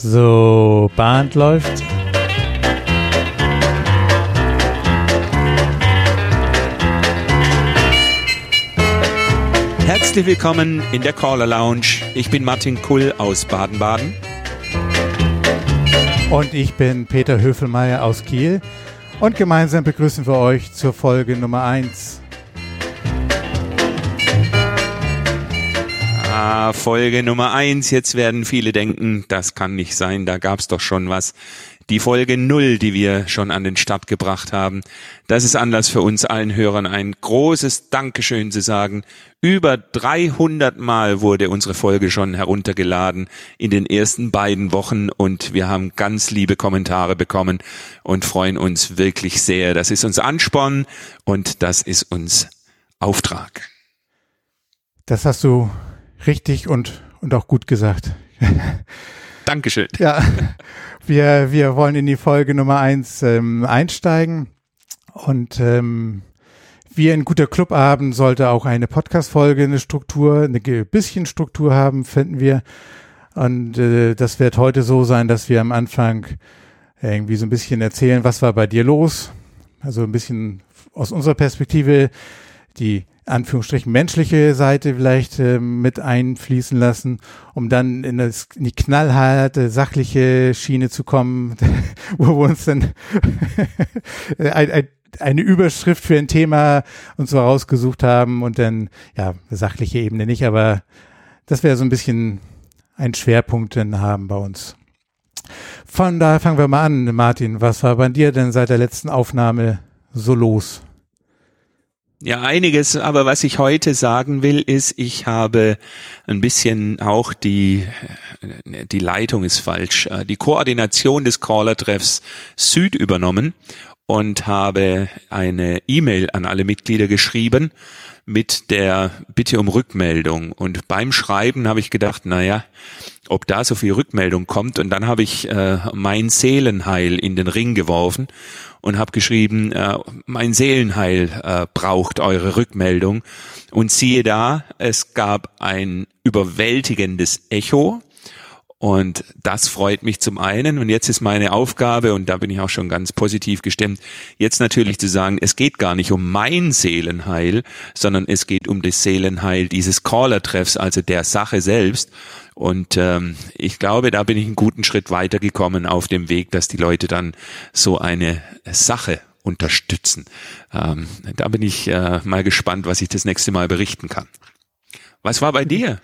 So, Band läuft. Herzlich willkommen in der Caller Lounge. Ich bin Martin Kull aus Baden-Baden. Und ich bin Peter Höfelmeier aus Kiel. Und gemeinsam begrüßen wir euch zur Folge Nummer 1. Folge Nummer 1. Jetzt werden viele denken, das kann nicht sein, da gab's doch schon was. Die Folge 0, die wir schon an den Start gebracht haben, das ist Anlass für uns allen Hörern, ein großes Dankeschön zu sagen. Über 300 Mal wurde unsere Folge schon heruntergeladen in den ersten beiden Wochen und wir haben ganz liebe Kommentare bekommen und freuen uns wirklich sehr. Das ist uns Ansporn und das ist uns Auftrag. Das hast du richtig und auch gut gesagt. Dankeschön. Ja, wir wollen in die Folge Nummer 1 einsteigen und wie ein guter Clubabend sollte auch eine Podcast-Folge eine bisschen Struktur haben, finden wir. Und das wird heute so sein, dass wir am Anfang irgendwie so ein bisschen erzählen, was war bei dir los? Also ein bisschen aus unserer Perspektive die Anführungsstrichen menschliche Seite vielleicht mit einfließen lassen, um dann in die knallharte, sachliche Schiene zu kommen, wo wir uns dann eine Überschrift für ein Thema uns so rausgesucht haben und dann, ja, sachliche Ebene nicht, aber das wäre so ein bisschen ein Schwerpunkt dann haben bei uns. Von daher fangen wir mal an, Martin. Was war bei dir denn seit der letzten Aufnahme so los? Ja, einiges, aber was ich heute sagen will, ist, ich habe ein bisschen auch die Leitung ist falsch, die Koordination des Caller-Treffs Süd übernommen und habe eine E-Mail an alle Mitglieder geschrieben mit der Bitte um Rückmeldung. Und beim Schreiben habe ich gedacht, naja, ob da so viel Rückmeldung kommt. Und dann habe ich mein Seelenheil in den Ring geworfen und habe geschrieben, mein Seelenheil braucht eure Rückmeldung. Und siehe da, es gab ein überwältigendes Echo. Und das freut mich zum einen. Und jetzt ist meine Aufgabe, und da bin ich auch schon ganz positiv gestimmt, jetzt natürlich zu sagen, es geht gar nicht um mein Seelenheil, sondern es geht um das Seelenheil dieses Caller-Treffs, also der Sache selbst. Und ich glaube, da bin ich einen guten Schritt weitergekommen auf dem Weg, dass die Leute dann so eine Sache unterstützen. Da bin ich mal gespannt, was ich das nächste Mal berichten kann. Was war bei dir?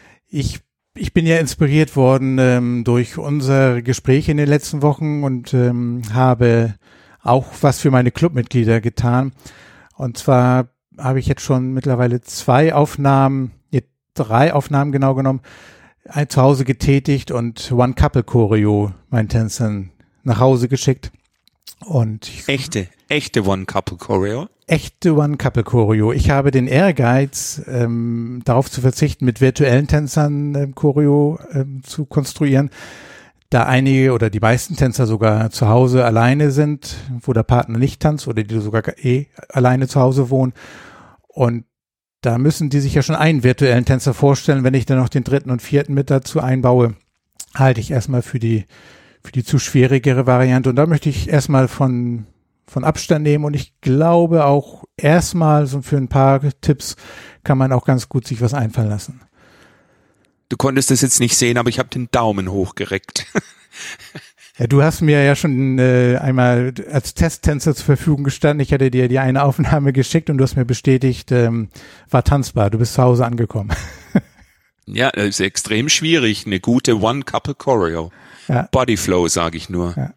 Ich bin ja inspiriert worden durch unsere Gespräche in den letzten Wochen und habe auch was für meine Clubmitglieder getan. Und zwar habe ich jetzt schon mittlerweile 3 Aufnahmen genau genommen, zu Hause getätigt und One Couple Choreo meinen Tänzern nach Hause geschickt. Und Echte One Couple Choreo? Echte One Couple Choreo. Ich habe den Ehrgeiz, darauf zu verzichten, mit virtuellen Tänzern Choreo zu konstruieren, da einige oder die meisten Tänzer sogar zu Hause alleine sind, wo der Partner nicht tanzt oder die sogar alleine zu Hause wohnen. Und da müssen die sich ja schon einen virtuellen Tänzer vorstellen. Wenn ich dann noch den 3. und 4. mit dazu einbaue, halte ich erstmal für die zu schwierigere Variante. Und da möchte ich erstmal von Abstand nehmen und ich glaube auch erstmal so für ein paar Tipps kann man auch ganz gut sich was einfallen lassen. Du konntest es jetzt nicht sehen, aber ich habe den Daumen hochgereckt. Ja, du hast mir ja schon einmal als Testtänzer zur Verfügung gestanden. Ich hatte dir die eine Aufnahme geschickt und du hast mir bestätigt, war tanzbar. Du bist zu Hause angekommen. Ja, das ist extrem schwierig. Eine gute One-Couple-Choreo. Ja. Bodyflow, sage ich nur. Ja.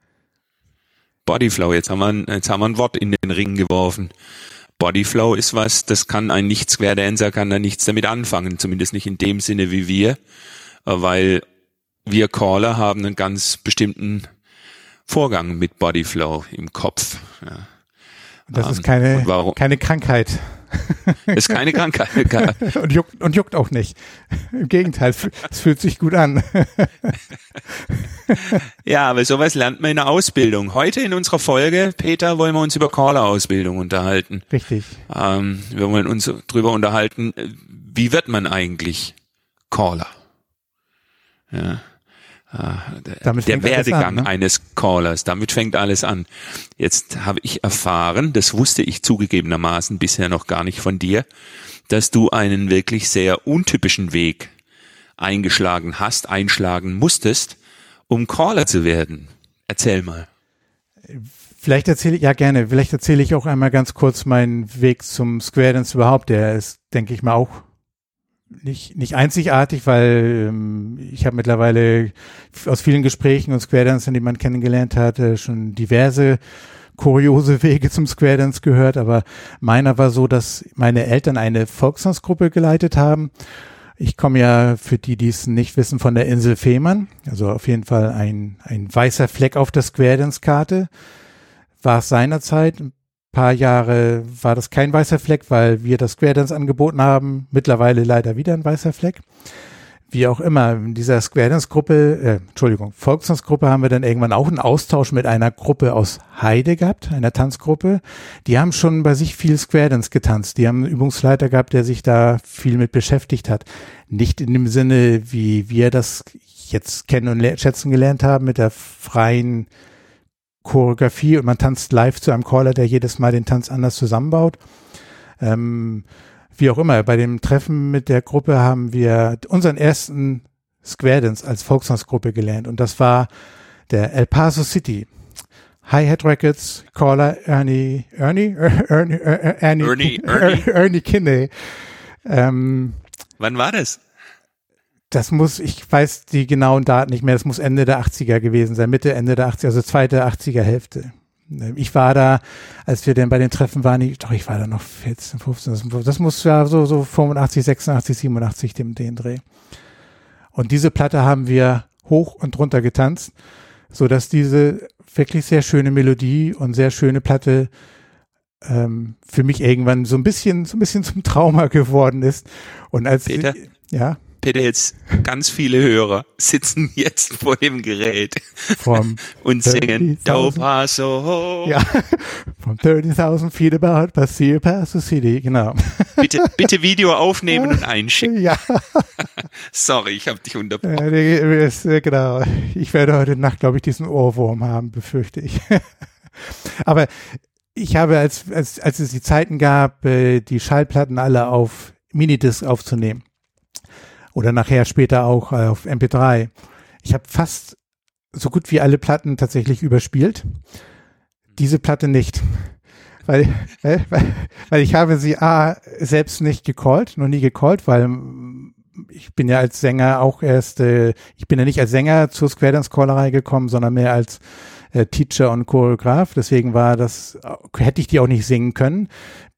Bodyflow, jetzt haben wir ein Wort in den Ring geworfen. Bodyflow ist was, das kann ein Nicht-Square-Dancer, kann da nichts damit anfangen, zumindest nicht in dem Sinne wie wir, weil wir Caller haben einen ganz bestimmten Vorgang mit Bodyflow im Kopf. Ja. Das ist keine Krankheit. Ist keine Krankheit. und juckt auch nicht. Im Gegenteil, es fühlt sich gut an. Ja, aber sowas lernt man in der Ausbildung. Heute in unserer Folge, Peter, wollen wir uns über Caller-Ausbildung unterhalten. Richtig. Wir wollen uns drüber unterhalten, wie wird man eigentlich Caller? Ja. der Werdegang eines Callers. Damit fängt alles an. Jetzt habe ich erfahren, das wusste ich zugegebenermaßen bisher noch gar nicht von dir, dass du einen wirklich sehr untypischen Weg einschlagen musstest, um Caller zu werden. Erzähl mal. Vielleicht erzähle ich auch einmal ganz kurz meinen Weg zum Square Dance überhaupt. Der ist, denke ich mal, auch nicht einzigartig, weil ich habe mittlerweile aus vielen Gesprächen und Square Dancern, die man kennengelernt hat, schon diverse kuriose Wege zum Square Dance gehört, aber meiner war so, dass meine Eltern eine Volkstanzgruppe geleitet haben. Ich komme ja, für die es nicht wissen, von der Insel Fehmarn, also auf jeden Fall ein weißer Fleck auf der Square Dance Karte. War es seinerzeit. Ein paar Jahre war das kein weißer Fleck, weil wir das Square Dance angeboten haben. Mittlerweile leider wieder ein weißer Fleck. Wie auch immer, in dieser Square Dance Gruppe, Volkstanzgruppe haben wir dann irgendwann auch einen Austausch mit einer Gruppe aus Heide gehabt, einer Tanzgruppe. Die haben schon bei sich viel Square Dance getanzt. Die haben einen Übungsleiter gehabt, der sich da viel mit beschäftigt hat. Nicht in dem Sinne, wie wir das jetzt kennen und schätzen gelernt haben, mit der freien Choreografie und man tanzt live zu einem Caller, der jedes Mal den Tanz anders zusammenbaut. Wie auch immer, bei dem Treffen mit der Gruppe haben wir unseren ersten Square Dance als Volkstanzgruppe gelernt und das war der El Paso City. Hi-Hat Records, Caller Ernie Kinney. Wann war das? Ich weiß die genauen Daten nicht mehr, das muss Ende der 80er gewesen sein, Ende der 80er, also zweite 80er Hälfte. Ich war da, als wir denn bei den Treffen waren, ich war da noch 14, 15, das muss ja so 85, 86, 87 den Dreh. Und diese Platte haben wir hoch und runter getanzt, so dass diese wirklich sehr schöne Melodie und sehr schöne Platte für mich irgendwann so ein bisschen zum Trauma geworden ist. Und als Peter, jetzt ganz viele Hörer sitzen jetzt vor dem Gerät und singen Do Paso. Ja, from 30,000 feet above Paso City, genau. Bitte Video aufnehmen und einschicken. Ja. Sorry, ich habe dich unterbrochen. Genau. Ich werde heute Nacht, glaube ich, diesen Ohrwurm haben, befürchte ich. Aber ich habe, als es die Zeiten gab, die Schallplatten alle auf Minidisc aufzunehmen. Oder nachher später auch auf MP3. Ich habe fast so gut wie alle Platten tatsächlich überspielt. Diese Platte nicht. Weil ich habe sie selbst nicht noch nie gecallt, weil ich bin ja als Sänger ich bin ja nicht als Sänger zur Square Dance Callerei gekommen, sondern mehr als Teacher und Choreograf. Deswegen hätte ich die auch nicht singen können.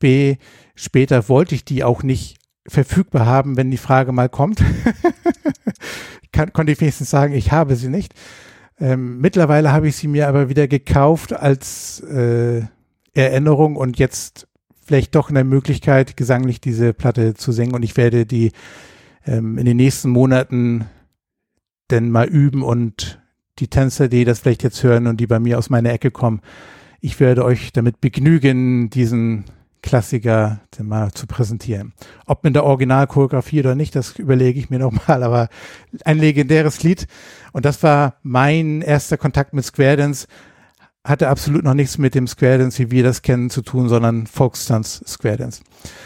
Später wollte ich die auch nicht verfügbar haben, wenn die Frage mal kommt. Konnte ich wenigstens sagen, ich habe sie nicht. Mittlerweile habe ich sie mir aber wieder gekauft als Erinnerung und jetzt vielleicht doch eine Möglichkeit, gesanglich diese Platte zu singen und ich werde die in den nächsten Monaten dann mal üben und die Tänzer, die das vielleicht jetzt hören und die bei mir aus meiner Ecke kommen, ich werde euch damit begnügen, diesen Klassiker mal zu präsentieren. Ob mit der Originalchoreografie oder nicht, das überlege ich mir nochmal, aber ein legendäres Lied. Und das war mein erster Kontakt mit Square Dance. Hatte absolut noch nichts mit dem Square Dance, wie wir das kennen, zu tun, sondern Volkstanz Square Dance.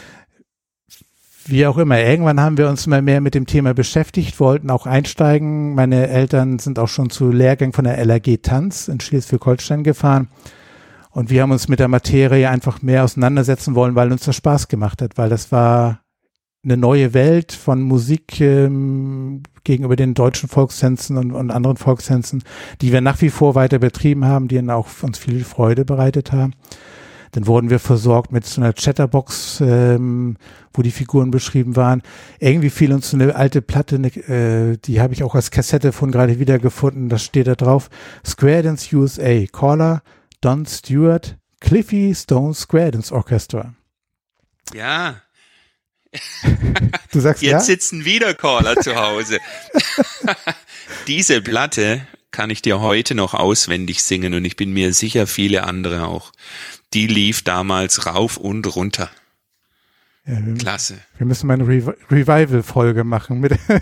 Wie auch immer, irgendwann haben wir uns mal mehr mit dem Thema beschäftigt, wollten auch einsteigen. Meine Eltern sind auch schon zu Lehrgängen von der LAG Tanz in Schleswig-Holstein gefahren. Und wir haben uns mit der Materie einfach mehr auseinandersetzen wollen, weil uns das Spaß gemacht hat, weil das war eine neue Welt von Musik gegenüber den deutschen Volkstänzen und anderen Volkstänzen, die wir nach wie vor weiter betrieben haben, die auch uns viel Freude bereitet haben. Dann wurden wir versorgt mit so einer Chatterbox, wo die Figuren beschrieben waren. Irgendwie fiel uns so eine alte Platte, die habe ich auch als Kassette von gerade wieder gefunden, das steht da drauf. Square Dance USA, Caller, Don Stewart, Cliffy Stone Square Dance Orchestra. Ja. Du sagst Jetzt sitzen wieder Caller zu Hause. Diese Platte kann ich dir heute noch auswendig singen und ich bin mir sicher, viele andere auch. Die lief damals rauf und runter. Ja, Klasse. Wir müssen mal eine Revival-Folge machen.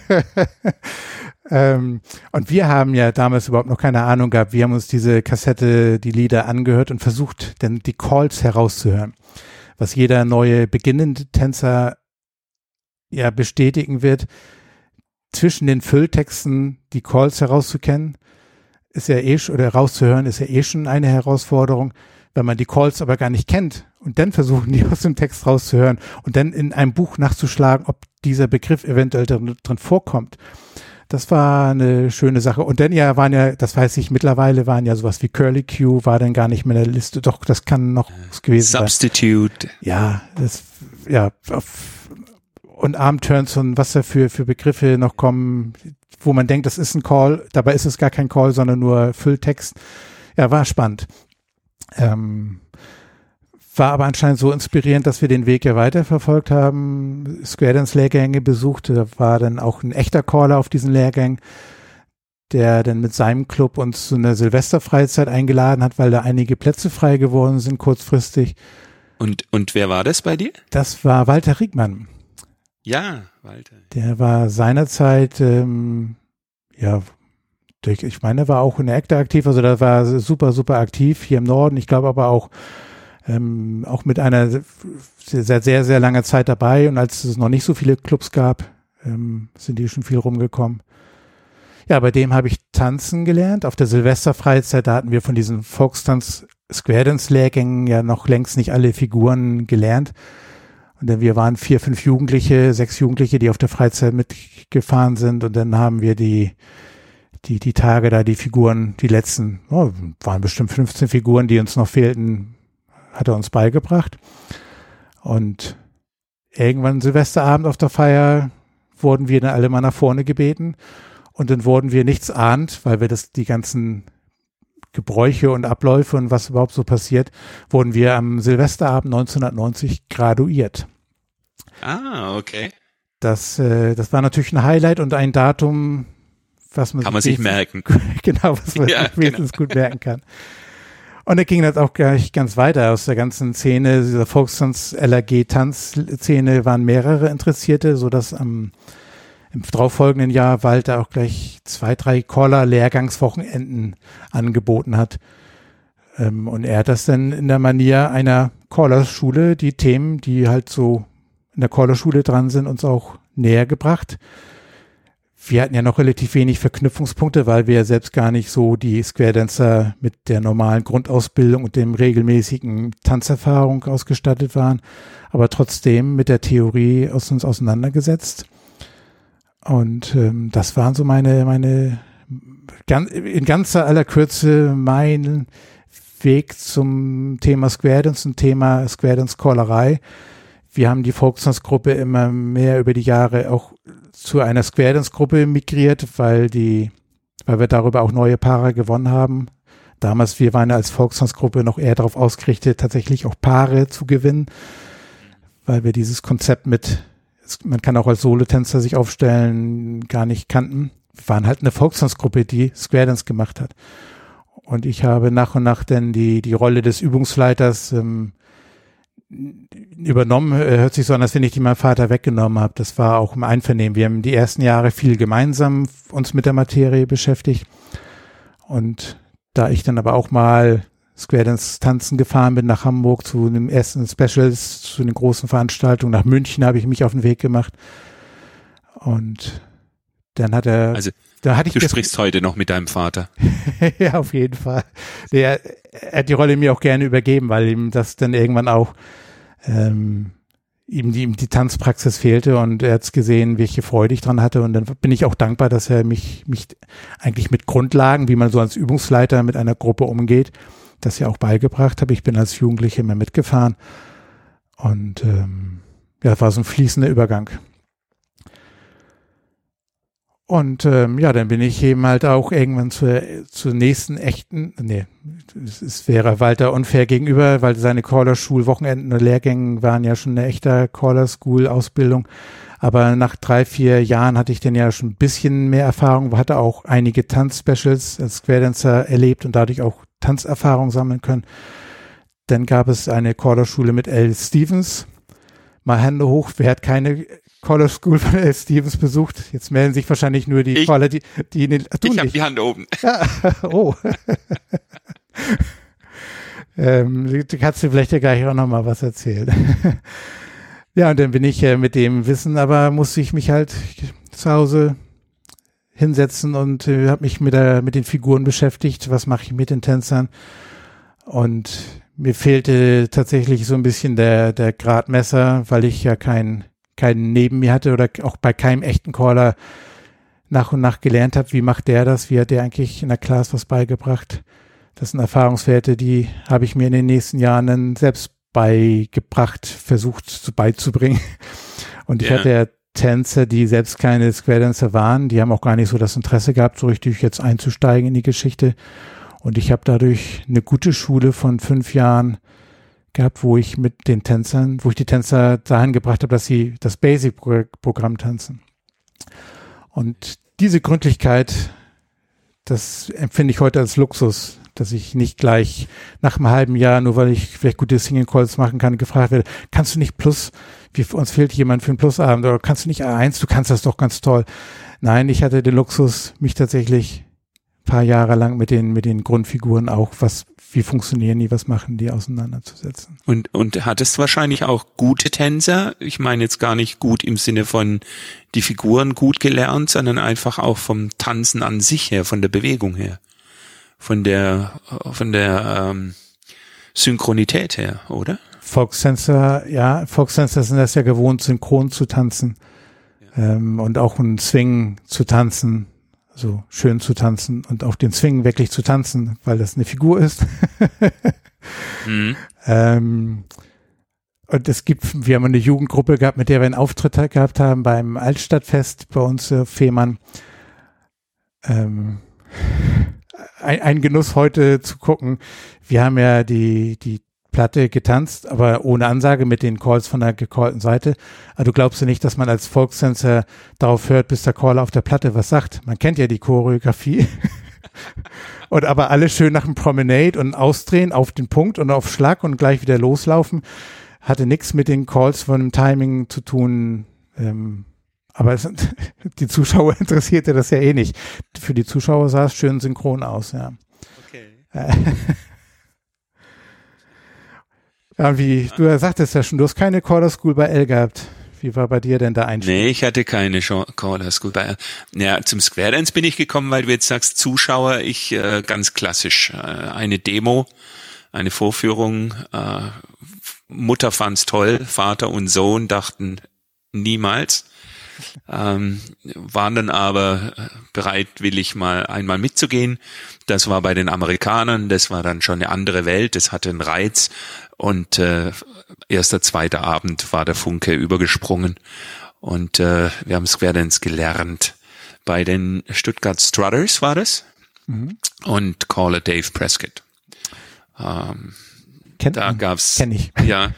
Und wir haben ja damals überhaupt noch keine Ahnung gehabt. Wir haben uns diese Kassette, die Lieder angehört und versucht, dann die Calls herauszuhören. Was jeder neue beginnende Tänzer ja bestätigen wird, zwischen den Fülltexten die Calls herauszukennen, ist ja oder rauszuhören, ist ja schon eine Herausforderung. Wenn man die Calls aber gar nicht kennt und dann versuchen, die aus dem Text rauszuhören und dann in einem Buch nachzuschlagen, ob dieser Begriff eventuell drin vorkommt. Das war eine schöne Sache. Und dann das weiß ich, mittlerweile waren ja sowas wie Curly Q, war dann gar nicht mehr in der Liste. Doch, das kann noch gewesen sein. Substitute. Ja, und Arm-Turns und was da für Begriffe noch kommen, wo man denkt, das ist ein Call, dabei ist es gar kein Call, sondern nur Fülltext. Ja, war spannend. War aber anscheinend so inspirierend, dass wir den Weg ja weiterverfolgt haben, Square Dance Lehrgänge besucht. Da war dann auch ein echter Caller auf diesen Lehrgängen, der dann mit seinem Club uns zu einer Silvesterfreizeit eingeladen hat, weil da einige Plätze frei geworden sind kurzfristig. Und wer war das bei dir? Das war Walter Riegmann. Ja, Walter. Der war seinerzeit, ich meine, er war auch in der Acta aktiv, also da war super, super aktiv hier im Norden. Ich glaube aber auch mit einer sehr, sehr, sehr langer Zeit dabei. Und als es noch nicht so viele Clubs gab, sind die schon viel rumgekommen. Ja, bei dem habe ich tanzen gelernt. Auf der Silvesterfreizeit, da hatten wir von diesen Volkstanz Square Dance Lehrgängen ja noch längst nicht alle Figuren gelernt. Und dann wir waren 6 Jugendliche, die auf der Freizeit mitgefahren sind. Und dann haben wir die Tage da, die Figuren, die letzten, waren bestimmt 15 Figuren, die uns noch fehlten, hat er uns beigebracht. Und irgendwann Silvesterabend auf der Feier wurden wir dann alle mal nach vorne gebeten. Und dann wurden wir nichts ahnt, weil wir die ganzen Gebräuche und Abläufe und was überhaupt so passiert, wurden wir am Silvesterabend 1990 graduiert. Ah, okay. Das war natürlich ein Highlight und ein Datum, was man sich merken. Genau, was man wenigstens gut merken kann. Und da ging das auch gleich ganz weiter aus der ganzen Szene, dieser Volkstanz-LAG-Tanzszene waren mehrere Interessierte, sodass im darauffolgenden Jahr Walter auch gleich 2, 3 Caller-Lehrgangswochenenden angeboten hat. Und er hat das dann in der Manier einer Callerschule, die Themen, die halt so in der Callerschule dran sind, uns auch näher gebracht. Wir hatten ja noch relativ wenig Verknüpfungspunkte, weil wir ja selbst gar nicht so die Square Dancer mit der normalen Grundausbildung und dem regelmäßigen Tanzerfahrung ausgestattet waren, aber trotzdem mit der Theorie uns auseinandergesetzt. Und das waren so in ganzer aller Kürze mein Weg zum Thema Square Dance und Thema Square Dance Callerei. Wir haben die Volkstanzgruppe immer mehr über die Jahre auch zu einer Square Dance Gruppe migriert, weil wir darüber auch neue Paare gewonnen haben. Damals, wir waren als Volkstanzgruppe noch eher darauf ausgerichtet, tatsächlich auch Paare zu gewinnen, weil wir dieses Konzept man kann auch als Solotänzer sich aufstellen, gar nicht kannten. Wir waren halt eine Volkstanzgruppe, die Square Dance gemacht hat. Und ich habe nach und nach dann die Rolle des Übungsleiters übernommen. Hört sich so an, als wenn ich die meinem Vater weggenommen habe. Das war auch im Einvernehmen. Wir haben die ersten Jahre viel gemeinsam uns mit der Materie beschäftigt. Und da ich dann aber auch mal Square Dance tanzen gefahren bin nach Hamburg zu dem ersten Specials, zu den großen Veranstaltungen, nach München habe ich mich auf den Weg gemacht. Und dann hat er... Also du sprichst heute noch mit deinem Vater. Ja, auf jeden Fall. Er hat die Rolle mir auch gerne übergeben, weil ihm das dann irgendwann auch ihm die Tanzpraxis fehlte und er hat es gesehen, welche Freude ich dran hatte und dann bin ich auch dankbar, dass er mich eigentlich mit Grundlagen, wie man so als Übungsleiter mit einer Gruppe umgeht, das ja auch beigebracht habe. Ich bin als Jugendliche immer mitgefahren und war so ein fließender Übergang. Und dann bin ich eben halt auch irgendwann zur nächsten es wäre Walter unfair gegenüber, weil seine Caller-Schul-Wochenenden und Lehrgänge waren ja schon eine echte Caller-School-Ausbildung. Aber nach 3, 4 Jahren hatte ich dann ja schon ein bisschen mehr Erfahrung, hatte auch einige Tanz-Specials als Square Dancer erlebt und dadurch auch Tanzerfahrung sammeln können. Dann gab es eine Caller-Schule mit Al Stevens, Mal Hände hoch, wer hat keine Caller School von L. Stevens besucht? Jetzt melden sich wahrscheinlich nur die Caller, die in den... Ich habe die Hand oben. Ja, oh. Du kannst dir vielleicht ja gleich auch noch mal was erzählen. Ja, und dann bin ich mit dem Wissen, aber musste ich mich halt zu Hause hinsetzen und habe mich mit den Figuren beschäftigt. Was mache ich mit den Tänzern? Und mir fehlte tatsächlich so ein bisschen der Gradmesser, weil ich ja keinen neben mir hatte oder auch bei keinem echten Caller nach und nach gelernt habe, wie macht der das? Wie hat der eigentlich in der Class was beigebracht? Das sind Erfahrungswerte, die habe ich mir in den nächsten Jahren dann selbst beigebracht, versucht beizubringen. Und ich hatte ja Tänzer, die selbst keine Square Dancer waren, die haben auch gar nicht so das Interesse gehabt, so richtig jetzt einzusteigen in die Geschichte. Und ich habe dadurch eine gute Schule von 5 Jahren gehabt, wo ich die Tänzer dahin gebracht habe, dass sie das Basic-Programm tanzen. Und diese Gründlichkeit, das empfinde ich heute als Luxus, dass ich nicht gleich nach einem halben Jahr, nur weil ich vielleicht gute Single Calls machen kann, gefragt werde, kannst du nicht Plus, uns fehlt jemand für einen Plusabend, oder kannst du nicht A1, du kannst das doch ganz toll. Nein, ich hatte den Luxus, mich tatsächlich ein paar Jahre lang mit den Grundfiguren auch, wie funktionieren die, was machen die, auseinanderzusetzen. Und hattest wahrscheinlich auch gute Tänzer? Ich meine jetzt gar nicht gut im Sinne von die Figuren gut gelernt, sondern einfach auch vom Tanzen an sich her, von der Bewegung her. Von der Synchronität her, oder? Folktänzer sind das ja gewohnt, synchron zu tanzen, und auch einen Swing zu tanzen, so schön zu tanzen und auch den Swing wirklich zu tanzen, weil das eine Figur ist. Mhm. Und wir haben eine Jugendgruppe gehabt, mit der wir einen Auftritt gehabt haben beim Altstadtfest bei uns, Fehmarn. Ein Genuss heute zu gucken. Wir haben ja die Platte getanzt, aber ohne Ansage mit den Calls von der gecallten Seite. Aber du glaubst ja nicht, dass man als Volkstänzer darauf hört, bis der Caller auf der Platte was sagt. Man kennt ja die Choreografie. Und aber alle schön nach dem Promenade und ausdrehen auf den Punkt und auf Schlag und gleich wieder loslaufen. Hatte nichts mit den Calls von dem Timing zu tun. Aber die Zuschauer interessierte das ja eh nicht. Für die Zuschauer sah es schön synchron aus, ja. Okay. Ja, wie du sagtest ja schon, du hast keine Caller School bei L gehabt. Wie war bei dir denn der Einstieg? Nee, ich hatte keine Caller School bei L. Ja, zum Square Dance bin ich gekommen, weil du jetzt sagst, Zuschauer, ganz klassisch. Eine Demo, eine Vorführung, Mutter fand's toll, Vater und Sohn dachten niemals. Waren dann aber bereitwillig einmal mitzugehen. Das war bei den Amerikanern, das war dann schon eine andere Welt, das hatte einen Reiz und erster, zweiter Abend war der Funke übergesprungen und wir haben Square Dance gelernt. Bei den Stuttgart Strutters war das und Caller Dave Prescott. Kenn ich. Ja.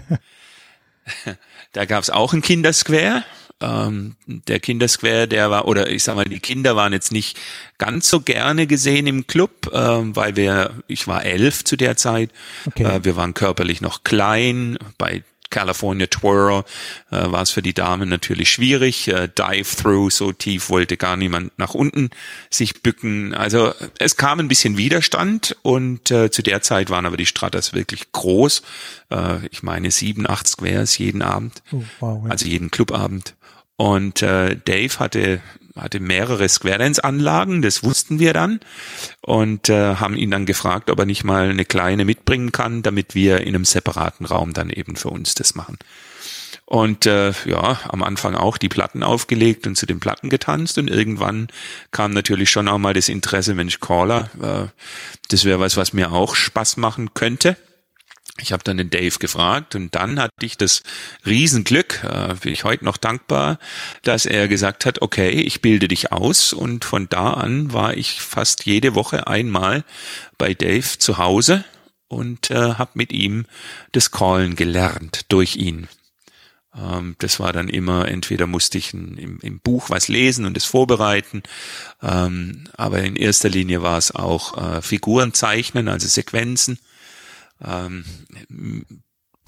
Da gab's auch einen Kindersquare. Der Kindersquare, die Kinder waren jetzt nicht ganz so gerne gesehen im Club, weil ich war 11 zu der Zeit. Okay. Wir waren körperlich noch klein. Bei California Twirl war es für die Damen natürlich schwierig. Dive-Through, so tief wollte gar niemand nach unten sich bücken. Also es kam ein bisschen Widerstand und zu der Zeit waren aber die Strutters wirklich groß. Ich meine 7, 8 Squares jeden Abend, also jeden Clubabend. Und Dave hatte mehrere Square Dance Anlagen, das wussten wir dann und haben ihn dann gefragt, ob er nicht mal eine kleine mitbringen kann, damit wir in einem separaten Raum dann eben für uns das machen. Und am Anfang auch die Platten aufgelegt und zu den Platten getanzt und irgendwann kam natürlich schon auch mal das Interesse, Mensch, Caller, das wäre was mir auch Spaß machen könnte. Ich habe dann den Dave gefragt und dann hatte ich das Riesenglück, bin ich heute noch dankbar, dass er gesagt hat, okay, ich bilde dich aus und von da an war ich fast jede Woche einmal bei Dave zu Hause und habe mit ihm das Callen gelernt durch ihn. Das war dann immer, entweder musste ich im Buch was lesen und es vorbereiten, aber in erster Linie war es auch Figuren zeichnen, also Sequenzen.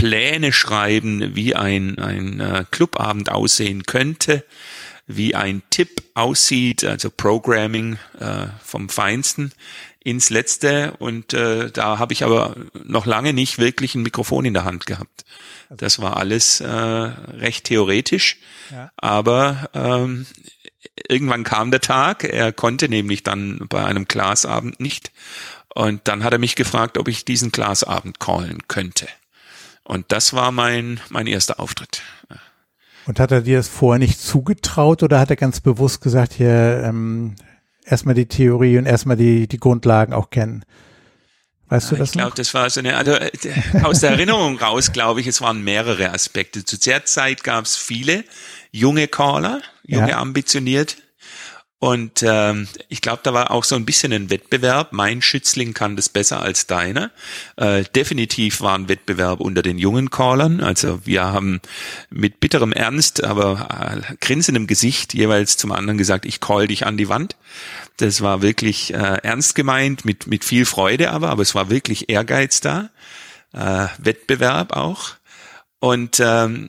Pläne schreiben, wie ein Clubabend aussehen könnte, wie ein Tipp aussieht, also Programming vom Feinsten ins Letzte. Und da habe ich aber noch lange nicht wirklich ein Mikrofon in der Hand gehabt. Das war alles recht theoretisch, aber irgendwann kam der Tag, er konnte nämlich dann bei einem Classabend nicht. Und dann hat er mich gefragt, ob ich diesen Classabend callen könnte. Und das war mein erster Auftritt. Und hat er dir das vorher nicht zugetraut oder hat er ganz bewusst gesagt, hier erstmal die Theorie und erstmal die Grundlagen auch kennen? Weißt du das Ich glaube, das war so eine, also aus der Erinnerung raus, glaube ich, es waren mehrere Aspekte. Zu der Zeit gab es viele junge Caller, junge ambitioniert. Und ich glaube, da war auch so ein bisschen ein Wettbewerb. Mein Schützling kann das besser als deiner. Definitiv war ein Wettbewerb unter den jungen Callern. Also wir haben mit bitterem Ernst, aber grinsendem Gesicht jeweils zum anderen gesagt, ich call dich an die Wand. Das war wirklich ernst gemeint, mit viel Freude aber es war wirklich Ehrgeiz da. Wettbewerb auch. Und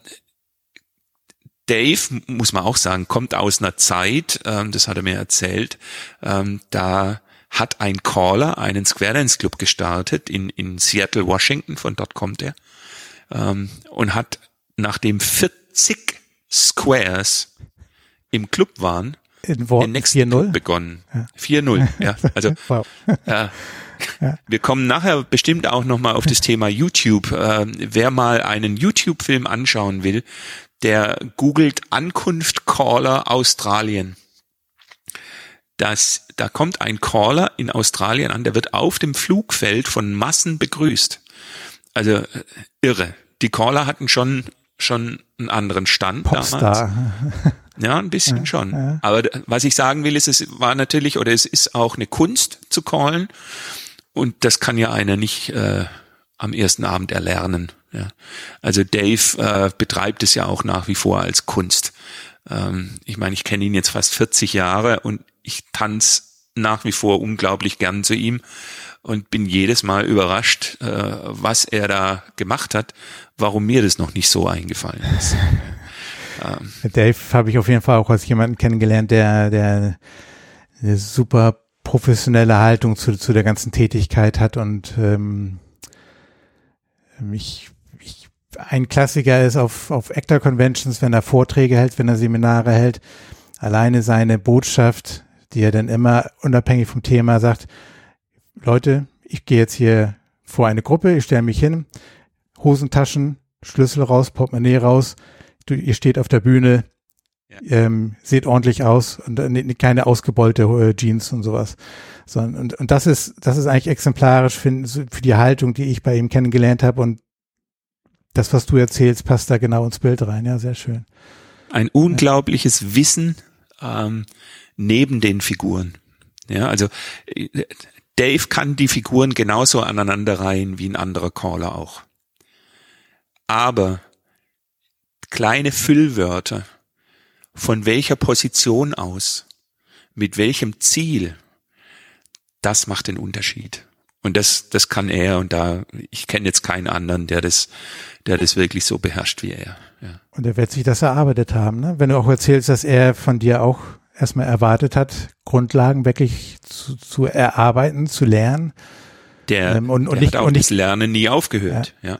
Dave, muss man auch sagen, kommt aus einer Zeit, das hat er mir erzählt, da hat ein Caller einen Square Dance Club gestartet in Seattle, Washington, von dort kommt er, und hat, nachdem 40 Squares im Club waren, den nächsten Club begonnen. Ja. 4-0, ja. Also wow. Wir kommen nachher bestimmt auch nochmal auf das Thema YouTube. Wer mal einen YouTube-Film anschauen will, der googelt Ankunft Caller Australien. Da kommt ein Caller in Australien an, der wird auf dem Flugfeld von Massen begrüßt. Also irre. Die Caller hatten schon einen anderen Stand Popstar. Damals. Ja, ein bisschen schon. Ja. Aber was ich sagen will, ist, es ist auch eine Kunst zu callen. Und das kann ja einer nicht am ersten Abend erlernen. Ja. Also Dave betreibt es ja auch nach wie vor als Kunst. Ich meine, ich kenne ihn jetzt fast 40 Jahre und ich tanze nach wie vor unglaublich gern zu ihm und bin jedes Mal überrascht, was er da gemacht hat, warum mir das noch nicht so eingefallen ist. Dave habe ich auf jeden Fall auch als jemanden kennengelernt, der eine super professionelle Haltung zu der ganzen Tätigkeit hat und ein Klassiker ist auf Actor Conventions, wenn er Vorträge hält, wenn er Seminare hält, alleine seine Botschaft, die er dann immer unabhängig vom Thema sagt, Leute, ich gehe jetzt hier vor eine Gruppe, ich stelle mich hin, Hosentaschen, Schlüssel raus, Portemonnaie raus, ihr steht auf der Bühne, seht ordentlich aus und keine ausgebeulte Jeans und sowas. Und das ist eigentlich exemplarisch für die Haltung, die ich bei ihm kennengelernt habe und das, was du erzählst, passt da genau ins Bild rein. Ja, sehr schön. Ein unglaubliches Wissen neben den Figuren. Ja, also Dave kann die Figuren genauso aneinanderreihen wie ein anderer Caller auch. Aber kleine Füllwörter, von welcher Position aus, mit welchem Ziel, das macht den Unterschied. Und das kann er und ich kenne jetzt keinen anderen, der das wirklich so beherrscht wie er. Ja. Und er wird sich das erarbeitet haben, ne? Wenn du auch erzählst, dass er von dir auch erstmal erwartet hat, Grundlagen wirklich zu erarbeiten, zu lernen. Der hat auch das Lernen nie aufgehört. Ja.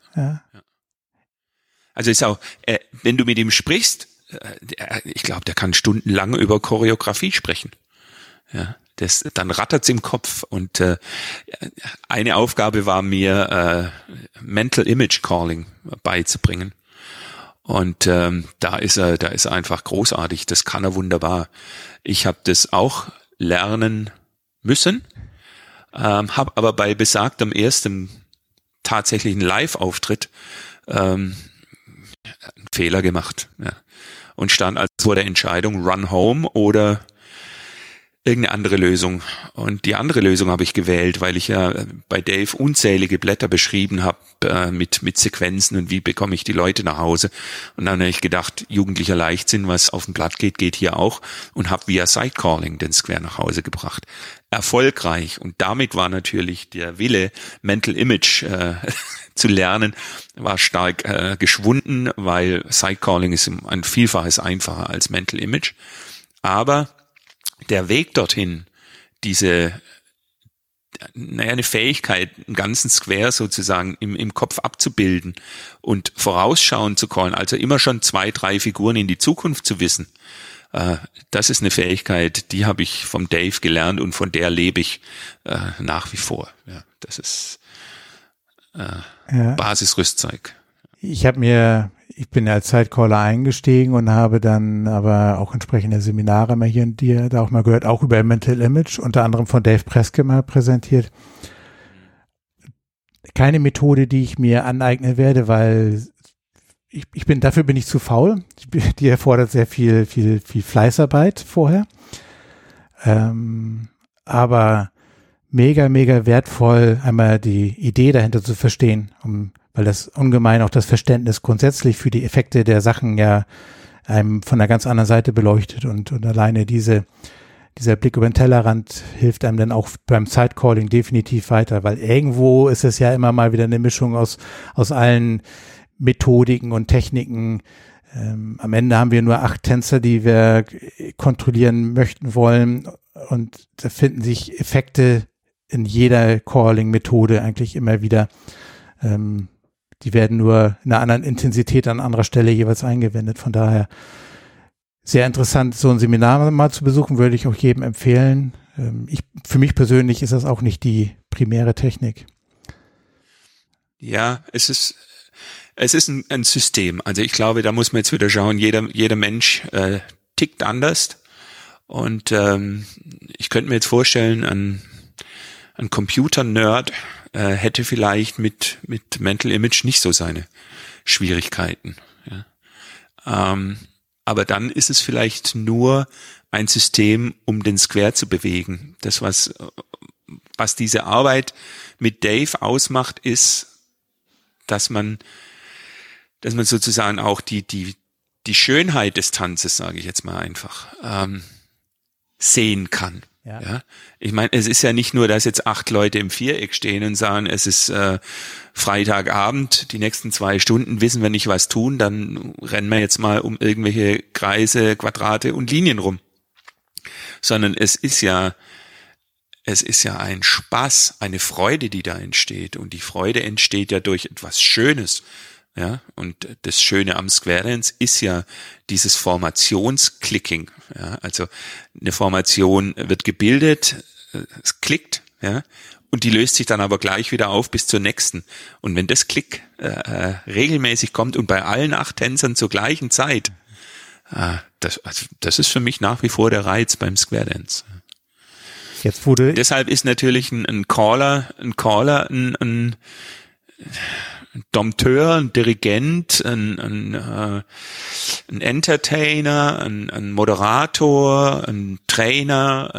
Also ist auch, wenn du mit ihm sprichst, ich glaube, der kann stundenlang über Choreografie sprechen. Ja. Dann rattert's im Kopf und eine Aufgabe war mir Mental Image Calling beizubringen und da ist er einfach großartig, das kann er wunderbar. Ich habe das auch lernen müssen, habe aber bei besagtem ersten tatsächlichen Live-Auftritt einen Fehler gemacht, ja. Und stand also vor der Entscheidung Run Home oder irgendeine andere Lösung. Und die andere Lösung habe ich gewählt, weil ich ja bei Dave unzählige Blätter beschrieben habe mit Sequenzen und wie bekomme ich die Leute nach Hause. Und dann habe ich gedacht, jugendlicher Leichtsinn, was auf dem Blatt geht, geht hier auch, und habe via Sidecalling den Square nach Hause gebracht. Erfolgreich. Und damit war natürlich der Wille, Mental Image zu lernen, war stark geschwunden, weil Sidecalling ist ein Vielfaches einfacher als Mental Image. Aber der Weg dorthin, eine Fähigkeit, einen ganzen Square sozusagen im Kopf abzubilden und vorausschauen zu können, also immer schon 2, 3 Figuren in die Zukunft zu wissen, das ist eine Fähigkeit, die habe ich vom Dave gelernt und von der lebe ich nach wie vor. Ja, das ist Basisrüstzeug. Ich bin als Sidecaller eingestiegen und habe dann aber auch entsprechende Seminare mal hier und da auch mal gehört, auch über Mental Image, unter anderem von Dave Preske mal präsentiert. Keine Methode, die ich mir aneignen werde, weil dafür bin ich zu faul. Die erfordert sehr viel Fleißarbeit vorher. Aber mega, mega wertvoll, einmal die Idee dahinter zu verstehen, weil das ungemein auch das Verständnis grundsätzlich für die Effekte der Sachen ja einem von einer ganz anderen Seite beleuchtet und alleine dieser Blick über den Tellerrand hilft einem dann auch beim Sidecalling definitiv weiter, weil irgendwo ist es ja immer mal wieder eine Mischung aus allen Methodiken und Techniken. Am Ende haben wir nur 8 Tänzer, die wir kontrollieren möchten wollen, und da finden sich Effekte in jeder Calling-Methode eigentlich immer wieder. Die werden nur in einer anderen Intensität an anderer Stelle jeweils eingewendet. Von daher sehr interessant, so ein Seminar mal zu besuchen, würde ich auch jedem empfehlen. Für mich persönlich ist das auch nicht die primäre Technik. Ja, es ist ein System. Also ich glaube, da muss man jetzt wieder schauen, jeder Mensch tickt anders. Und ich könnte mir jetzt vorstellen, ein Computer-Nerd hätte vielleicht mit Mental Image nicht so seine Schwierigkeiten. Ja. Aber dann ist es vielleicht nur ein System, um den Square zu bewegen. Das, was diese Arbeit mit Dave ausmacht, ist, dass man sozusagen auch die Schönheit des Tanzes, sage ich jetzt mal einfach, sehen kann. Ja. Ich meine, es ist ja nicht nur, dass jetzt 8 Leute im Viereck stehen und sagen, es ist Freitagabend, die nächsten 2 Stunden wissen wir nicht, was tun, dann rennen wir jetzt mal um irgendwelche Kreise, Quadrate und Linien rum. Sondern es ist ja ein Spaß, eine Freude, die da entsteht. Und die Freude entsteht ja durch etwas Schönes. Ja, und das Schöne am Square Dance ist ja dieses Formationsklicking. Ja, also eine Formation wird gebildet, es klickt, ja, und die löst sich dann aber gleich wieder auf bis zur nächsten. Und wenn das Klick regelmäßig kommt und bei allen 8 Tänzern zur gleichen Zeit, das ist für mich nach wie vor der Reiz beim Square Dance. Deshalb ist natürlich ein Caller, ein Dompteur, ein Dirigent, ein Entertainer, ein Moderator, ein Trainer,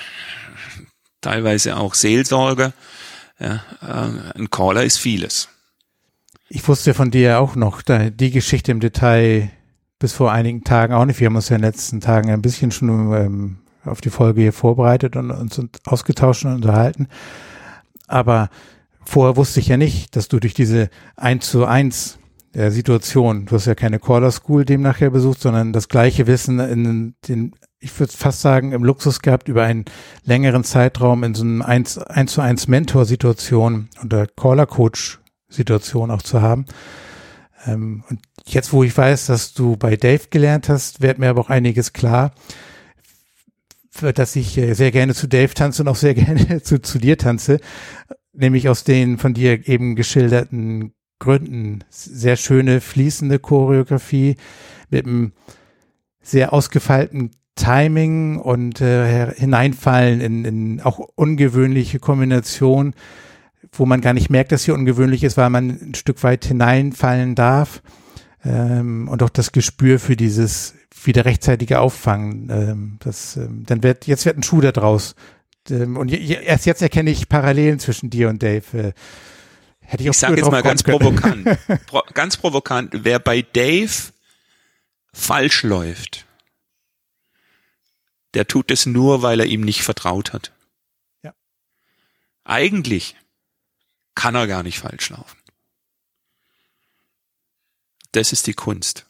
teilweise auch Seelsorger. Ja, ein Caller ist vieles. Ich wusste von dir auch noch die Geschichte im Detail bis vor einigen Tagen auch nicht. Wir haben uns ja in den letzten Tagen ein bisschen schon auf die Folge hier vorbereitet und uns ausgetauscht und unterhalten. Aber vorher wusste ich ja nicht, dass du durch diese 1:1 Situation, du hast ja keine Caller School dem nachher besucht, sondern das gleiche Wissen ich würde fast sagen, im Luxus gehabt, über einen längeren Zeitraum in so einem 1:1 Mentor-Situation oder Caller-Coach-Situation auch zu haben. Und jetzt, wo ich weiß, dass du bei Dave gelernt hast, wird mir aber auch einiges klar, dass ich sehr gerne zu Dave tanze und auch sehr gerne zu dir tanze. Nämlich aus den von dir eben geschilderten Gründen. Sehr schöne, fließende Choreografie mit einem sehr ausgefeilten Timing und hineinfallen in auch ungewöhnliche Kombinationen, wo man gar nicht merkt, dass hier ungewöhnlich ist, weil man ein Stück weit hineinfallen darf. Und auch das Gespür für dieses wieder rechtzeitig auffangen. Jetzt wird ein Schuh da draus. Und erst jetzt erkenne ich Parallelen zwischen dir und Dave. Ich sage jetzt mal ganz provokant, wer bei Dave falsch läuft, der tut es nur, weil er ihm nicht vertraut hat. Ja. Eigentlich kann er gar nicht falsch laufen. Das ist die Kunst.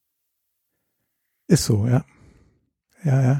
Ist so, ja. Ja.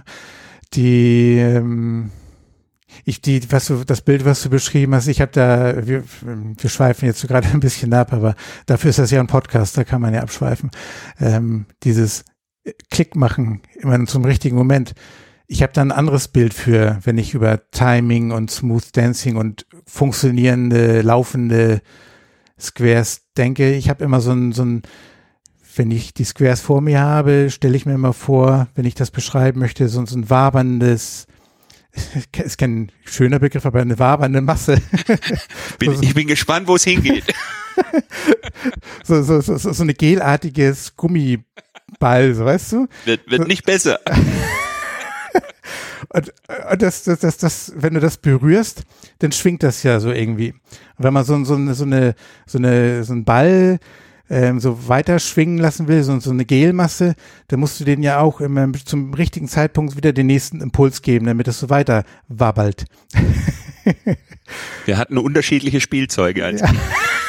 Das Bild, was du beschrieben hast, wir schweifen jetzt gerade ein bisschen ab, aber dafür ist das ja ein Podcast, da kann man ja abschweifen. Dieses Klick machen, immer zum richtigen Moment. Ich habe da ein anderes Bild für, wenn ich über Timing und Smooth Dancing und funktionierende, laufende Squares denke. Ich habe immer so ein wenn ich die Squares vor mir habe, stelle ich mir immer vor, wenn ich das beschreiben möchte, so ein waberndes, ist kein schöner Begriff, aber eine wabernde Masse. Ich bin gespannt, wo es hingeht. so eine gelartiges Gummiball, so, weißt du? Wird nicht besser. Und das, wenn du das berührst, dann schwingt das ja so irgendwie. Und wenn man so einen Ball so weiter schwingen lassen will, so eine Gelmasse, dann musst du den ja auch immer zum richtigen Zeitpunkt wieder den nächsten Impuls geben, damit es so weiter wabbelt. Wir hatten unterschiedliche Spielzeuge. Also. Ja.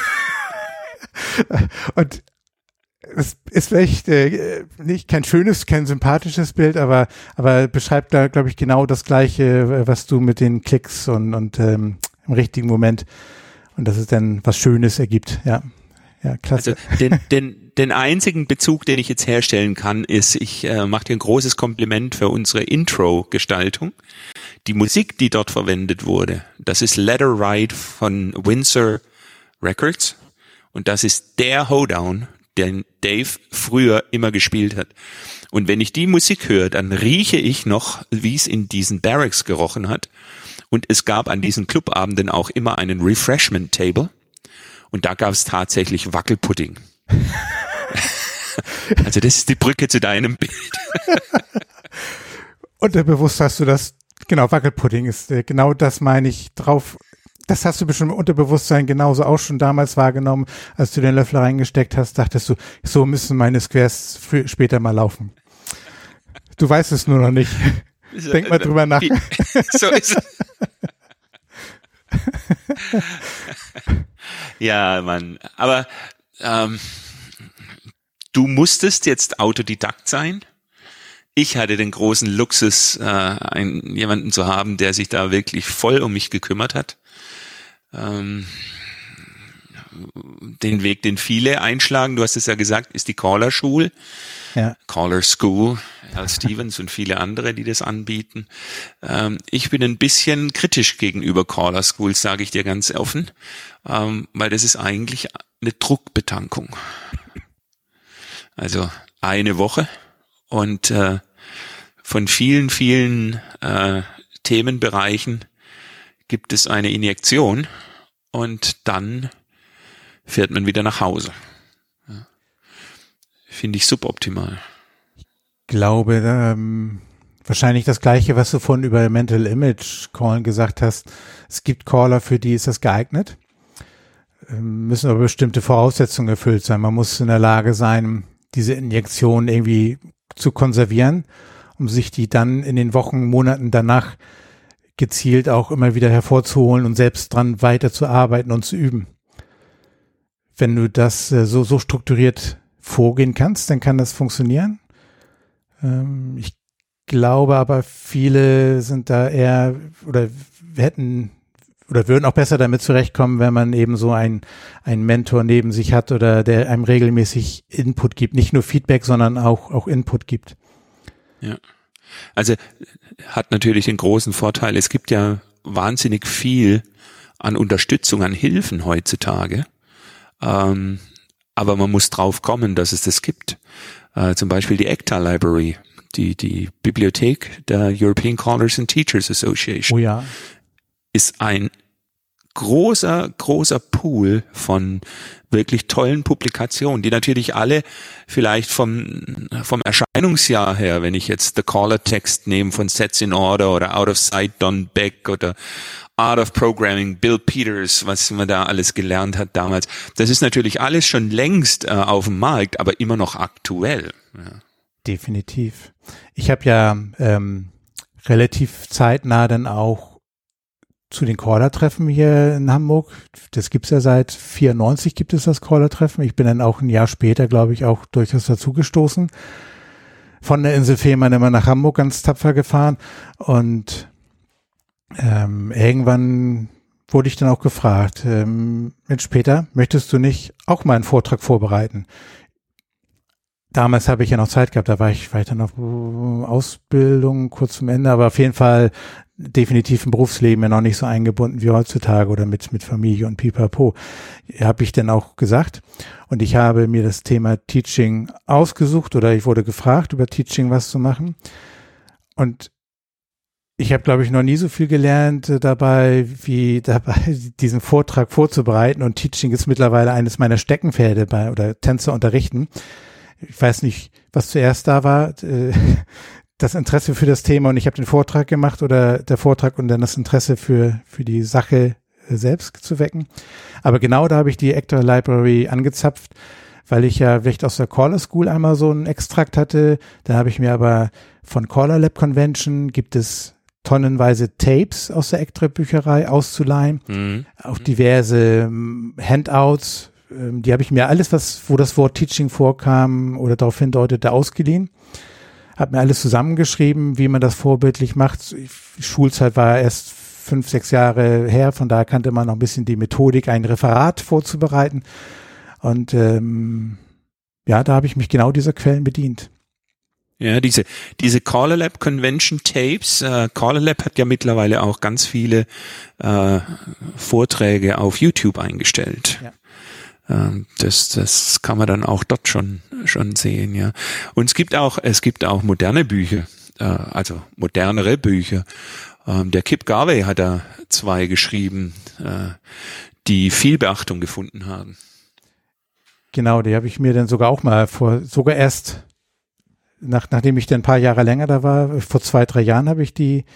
Und es ist vielleicht nicht kein schönes, kein sympathisches Bild, aber beschreibt da, glaube ich, genau das Gleiche, was du mit den Klicks und im richtigen Moment und dass es dann was Schönes ergibt, ja. Ja, klasse. Also den einzigen Bezug, den ich jetzt herstellen kann, ist, ich mache dir ein großes Kompliment für unsere Intro-Gestaltung. Die Musik, die dort verwendet wurde, das ist Let Her Ride von Windsor Records und das ist der Hoedown, den Dave früher immer gespielt hat. Und wenn ich die Musik höre, dann rieche ich noch, wie es in diesen Barracks gerochen hat. Und es gab an diesen Clubabenden auch immer einen Refreshment Table. Und da gab es tatsächlich Wackelpudding. Also das ist die Brücke zu deinem Bild. Unterbewusst hast du das, genau, Wackelpudding ist, genau das meine ich drauf. Das hast du bestimmt im Unterbewusstsein genauso auch schon damals wahrgenommen, als du den Löffel reingesteckt hast, dachtest du, so müssen meine Squares später mal laufen. Du weißt es nur noch nicht. Denk mal drüber nach. So ist es. Ja, Mann. Aber du musstest jetzt Autodidakt sein. Ich hatte den großen Luxus, jemanden zu haben, der sich da wirklich voll um mich gekümmert hat. Den Weg, den viele einschlagen, du hast es ja gesagt, ist die Caller School. Ja. Caller School, Al Stevens und viele andere, die das anbieten. Ich bin ein bisschen kritisch gegenüber Caller Schools, sage ich dir ganz offen, weil das ist eigentlich eine Druckbetankung. Also eine Woche und von vielen, vielen Themenbereichen gibt es eine Injektion und dann fährt man wieder nach Hause. Ja. Finde ich suboptimal. Ich glaube, wahrscheinlich das Gleiche, was du vorhin über Mental Image Callen gesagt hast. Es gibt Caller, für die ist das geeignet. Müssen aber bestimmte Voraussetzungen erfüllt sein. Man muss in der Lage sein, diese Injektion irgendwie zu konservieren, um sich die dann in den Wochen, Monaten danach gezielt auch immer wieder hervorzuholen und selbst dran weiterzuarbeiten und zu üben. Wenn du das so strukturiert vorgehen kannst, dann kann das funktionieren. Ich glaube aber, viele sind da eher oder würden auch besser damit zurechtkommen, wenn man eben so einen Mentor neben sich hat oder der einem regelmäßig Input gibt. Nicht nur Feedback, sondern auch Input gibt. Ja. Also hat natürlich den großen Vorteil, es gibt ja wahnsinnig viel an Unterstützung, an Hilfen heutzutage. Aber man muss drauf kommen, dass es das gibt. Zum Beispiel die ECTA Library, die Bibliothek der European Callers and Teachers Association, oh ja, ist ein großer Pool von wirklich tollen Publikationen, die natürlich alle vielleicht vom Erscheinungsjahr her, wenn ich jetzt The Caller Text nehme von Sets in Order oder Out of Sight Don Beck oder Art of Programming Bill Peters, was man da alles gelernt hat damals, das ist natürlich alles schon längst auf dem Markt, aber immer noch aktuell. Ja. Definitiv. Ich habe ja relativ zeitnah dann auch zu den Caller-Treffen hier in Hamburg. Das gibt's ja seit 94 gibt es das Caller-Treffen. Ich bin dann auch ein Jahr später, glaube ich, auch durchaus dazugestoßen. Von der Insel Fehmarn immer nach Hamburg ganz tapfer gefahren. Und irgendwann wurde ich dann auch gefragt, Mensch Peter, möchtest du nicht auch mal einen Vortrag vorbereiten? Damals habe ich ja noch Zeit gehabt, da war ich dann noch Ausbildung kurz zum Ende, aber auf jeden Fall definitiv im Berufsleben ja noch nicht so eingebunden wie heutzutage oder mit Familie und Pipapo. Habe ich dann auch gesagt. Und ich habe mir das Thema Teaching ausgesucht oder ich wurde gefragt, über Teaching was zu machen. Und ich habe, glaube ich, noch nie so viel gelernt dabei, diesen Vortrag vorzubereiten. Und Teaching ist mittlerweile eines meiner Steckenpferde oder Tänzer unterrichten. Ich weiß nicht, was zuerst da war, das Interesse für das Thema und ich habe den Vortrag gemacht oder der Vortrag und dann das Interesse für die Sache selbst zu wecken. Aber genau da habe ich die Actor Library angezapft, weil ich ja vielleicht aus der Caller School einmal so einen Extrakt hatte. Da habe ich mir aber von Caller Lab Convention gibt es tonnenweise Tapes aus der Actor-Bücherei auszuleihen, auch diverse Handouts. Die habe ich mir alles, wo das Wort Teaching vorkam oder darauf hindeutete, ausgeliehen. Habe mir alles zusammengeschrieben, wie man das vorbildlich macht. Schulzeit war erst 5, 6 Jahre her, von daher kannte man noch ein bisschen die Methodik, ein Referat vorzubereiten. Und da habe ich mich genau dieser Quellen bedient. Ja, diese Caller Lab Convention Tapes. Caller Lab hat ja mittlerweile auch ganz viele Vorträge auf YouTube eingestellt. Ja. Das kann man dann auch dort schon sehen, ja. Und es gibt auch moderne Bücher, also modernere Bücher. Der Kip Garvey hat da 2 geschrieben, die viel Beachtung gefunden haben. Genau, die habe ich mir dann sogar auch mal sogar erst nachdem ich dann ein paar Jahre länger da war, vor 2, 3 Jahren habe ich die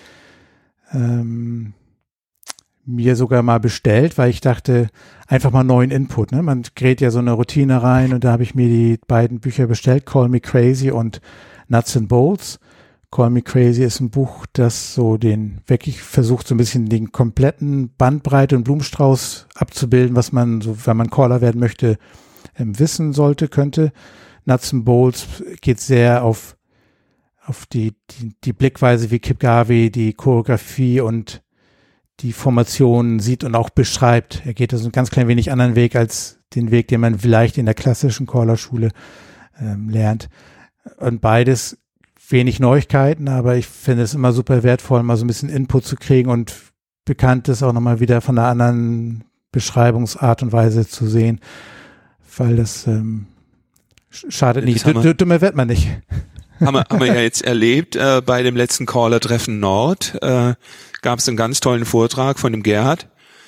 mir sogar mal bestellt, weil ich dachte, einfach mal neuen Input, ne? Man gerät ja so eine Routine rein und da habe ich mir die beiden Bücher bestellt, Call Me Crazy und Nuts and Bolts. Call Me Crazy ist ein Buch, das so wirklich versucht, so ein bisschen den kompletten Bandbreite und Blumenstrauß abzubilden, was man so, wenn man Caller werden möchte, wissen sollte, könnte. Nuts and Bolts geht sehr auf die Blickweise, wie Kip Garvey die Choreografie und die Formation sieht und auch beschreibt. Er geht also einen ganz klein wenig anderen Weg als den Weg, den man vielleicht in der klassischen Caller-Schule lernt. Und beides wenig Neuigkeiten, aber ich finde es immer super wertvoll, mal so ein bisschen Input zu kriegen und Bekanntes auch nochmal wieder von einer anderen Beschreibungsart und Weise zu sehen, weil das schadet nicht. Dümmer wird man nicht. Haben wir ja jetzt erlebt, bei dem letzten Caller-Treffen Nord gab es einen ganz tollen Vortrag von dem Gerhard